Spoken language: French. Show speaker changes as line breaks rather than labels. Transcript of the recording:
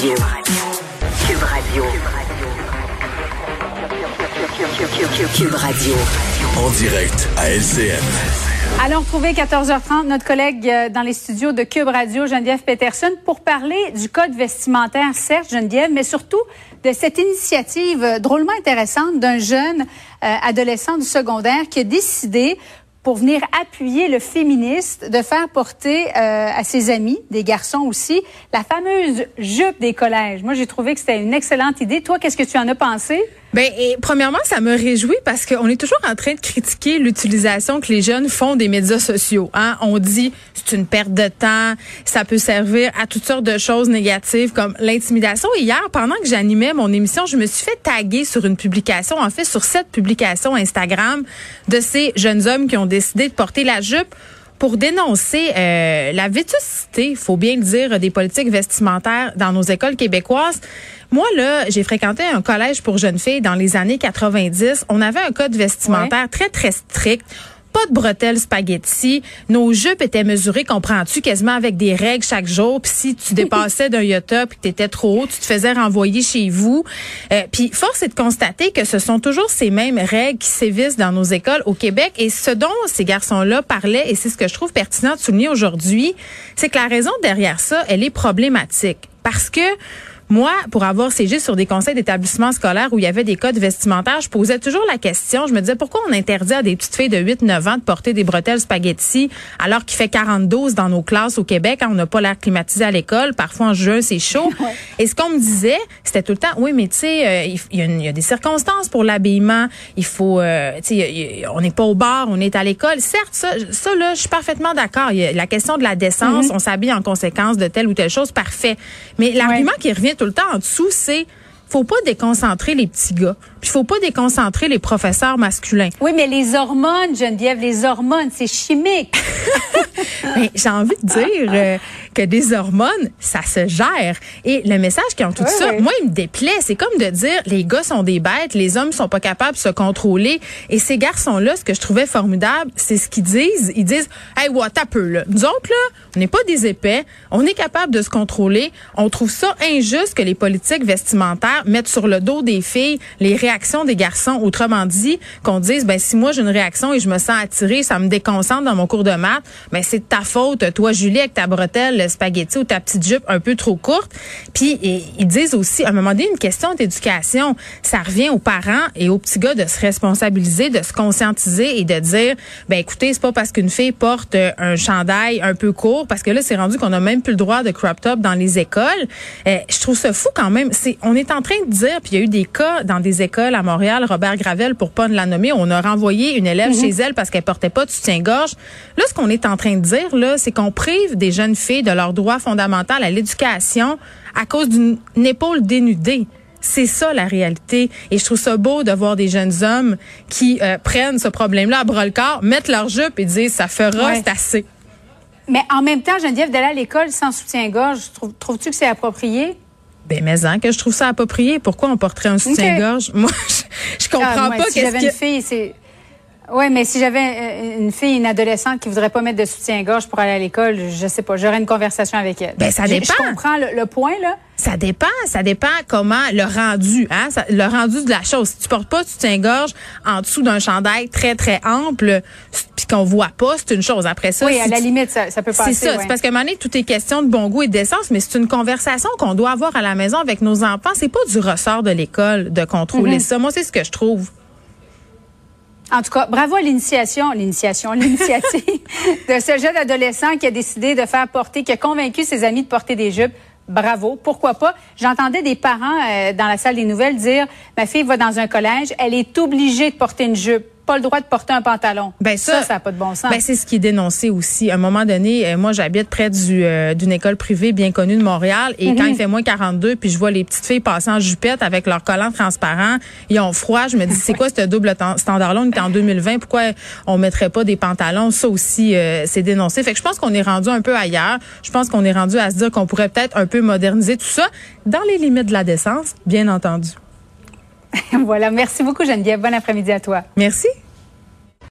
Radio. Cube Radio. Cube Radio.
En direct à LCN.
Allons retrouver 14h30 notre collègue dans les studios de Cube Radio, Geneviève Peterson, pour parler du code vestimentaire, certes, Geneviève, mais surtout de cette initiative drôlement intéressante d'un jeune adolescent du secondaire qui a décidé, pour venir appuyer le féministe, de faire porter à ses amis, des garçons aussi, la fameuse jupe des collèges. Moi, j'ai trouvé que c'était une excellente idée. Toi, qu'est-ce que tu en as pensé?
Premièrement, ça me réjouit parce qu'on est toujours en train de critiquer l'utilisation que les jeunes font des médias sociaux. Hein? On dit c'est une perte de temps, ça peut servir à toutes sortes de choses négatives comme l'intimidation. Et hier, pendant que j'animais mon émission, je me suis fait taguer sur une publication, en fait sur cette publication Instagram de ces jeunes hommes qui ont décidé de porter la jupe pour dénoncer la vétusté, il faut bien le dire, des politiques vestimentaires dans nos écoles québécoises. Moi, là, j'ai fréquenté un collège pour jeunes filles dans les années 90. On avait un code vestimentaire très, très strict. Pas de bretelles spaghetti. Nos jupes étaient mesurées, comprends-tu, quasiment avec des règles chaque jour. Puis si tu dépassais d'un iota puis que t'étais trop haut, tu te faisais renvoyer chez vous. Puis force est de constater que ce sont toujours ces mêmes règles qui sévissent dans nos écoles au Québec. Et ce dont ces garçons-là parlaient, et c'est ce que je trouve pertinent de souligner aujourd'hui, c'est que la raison derrière ça, elle est problématique. Parce que moi, pour avoir siégé sur des conseils d'établissement scolaire où il y avait des codes vestimentaires, je posais toujours la question, je me disais pourquoi on interdit à des petites filles de 8-9 ans de porter des bretelles spaghetti alors qu'il fait 42 dans nos classes au Québec, hein, on n'a pas l'air climatisé à l'école, parfois en juin c'est chaud. Ouais. Et ce qu'on me disait, c'était tout le temps, oui mais tu sais, il y a des circonstances pour l'habillement, il faut, tu sais, on n'est pas au bar, on est à l'école. Certes, ça là, je suis parfaitement d'accord. Il y a la question de la décence, on s'habille en conséquence de telle ou telle chose, parfait. Mais l'argument qui revient tout le temps en dessous, c'est faut pas déconcentrer les petits gars. Puis faut pas déconcentrer les professeurs masculins.
Oui, mais les hormones, Geneviève, les hormones, c'est chimique.
Mais j'ai envie de dire que des hormones, ça se gère. Et le message qui entoure ça, moi, il me déplaît. C'est comme de dire, les gars sont des bêtes, les hommes sont pas capables de se contrôler. Et ces garçons-là, ce que je trouvais formidable, c'est ce qu'ils disent. Ils disent, hey, t'as peu, là. Nous autres, là, on n'est pas des épais. On est capable de se contrôler. On trouve ça injuste que les politiques vestimentaires mettent sur le dos des filles les réactions des garçons. Autrement dit, qu'on dise, si moi j'ai une réaction et je me sens attirée, ça me déconcentre dans mon cours de maths, c'est de ta faute, toi Julie, avec ta bretelle, le spaghetti ou ta petite jupe un peu trop courte. Puis ils disent aussi, à un moment donné, une question d'éducation, ça revient aux parents et aux petits gars de se responsabiliser, de se conscientiser et de dire, écoutez, c'est pas parce qu'une fille porte un chandail un peu court, parce que là c'est rendu qu'on a même plus le droit de crop top dans les écoles. Je trouve ça fou quand même. On est en train de dire, puis il y a eu des cas dans des écoles à Montréal, Robert Gravel, pour pas la nommer, on a renvoyé une élève chez elle parce qu'elle portait pas de soutien-gorge. Là, ce qu'on est en train de dire, là, c'est qu'on prive des jeunes filles de leur droit fondamental à l'éducation à cause d'une épaule dénudée. C'est ça, la réalité. Et je trouve ça beau de voir des jeunes hommes qui prennent ce problème-là à bras-le-corps, mettent leur jupe et disent, ça fera, c'est assez.
Mais en même temps, Geneviève, d'aller à l'école sans soutien-gorge, trouves-tu que c'est approprié?
Que je trouve ça approprié. Pourquoi on porterait un soutien-gorge? Moi, je comprends pas
si j'avais une fille, c'est... Oui, mais si j'avais une fille, une adolescente qui voudrait pas mettre de soutien-gorge pour aller à l'école, je sais pas, j'aurais une conversation avec elle.
Ça dépend.
Je comprends le point, là.
Ça dépend comment le rendu, hein, le rendu de la chose. Si tu portes pas de soutien-gorge en dessous d'un chandail très, très ample, puis qu'on voit pas, c'est une chose. Après ça.
Oui, à la limite, ça peut passer.
C'est ça. C'est parce qu'à un moment donné, tout est question de bon goût et d'essence, mais c'est une conversation qu'on doit avoir à la maison avec nos enfants. C'est pas du ressort de l'école de contrôler ça. Moi, c'est ce que je trouve.
En tout cas, bravo à l'initiative de ce jeune adolescent qui a décidé de faire porter, qui a convaincu ses amis de porter des jupes. Bravo, pourquoi pas? J'entendais des parents dans la salle des nouvelles dire, ma fille va dans un collège, elle est obligée de porter une jupe. Pas le droit de porter un pantalon. Ça n'a pas de bon sens.
C'est ce qui est dénoncé aussi. À un moment donné, moi, j'habite près d'une école privée bien connue de Montréal et quand il fait moins 42, puis je vois les petites filles passer en jupette avec leurs collants transparents, ils ont froid, je me dis, c'est quoi ce double standard-là? On est en 2020, pourquoi on mettrait pas des pantalons? Ça aussi, c'est dénoncé. Fait que je pense qu'on est rendu un peu ailleurs. Je pense qu'on est rendu à se dire qu'on pourrait peut-être un peu moderniser tout ça dans les limites de la décence, bien entendu.
Voilà. Merci beaucoup, Geneviève. Bon après-midi à toi.
Merci.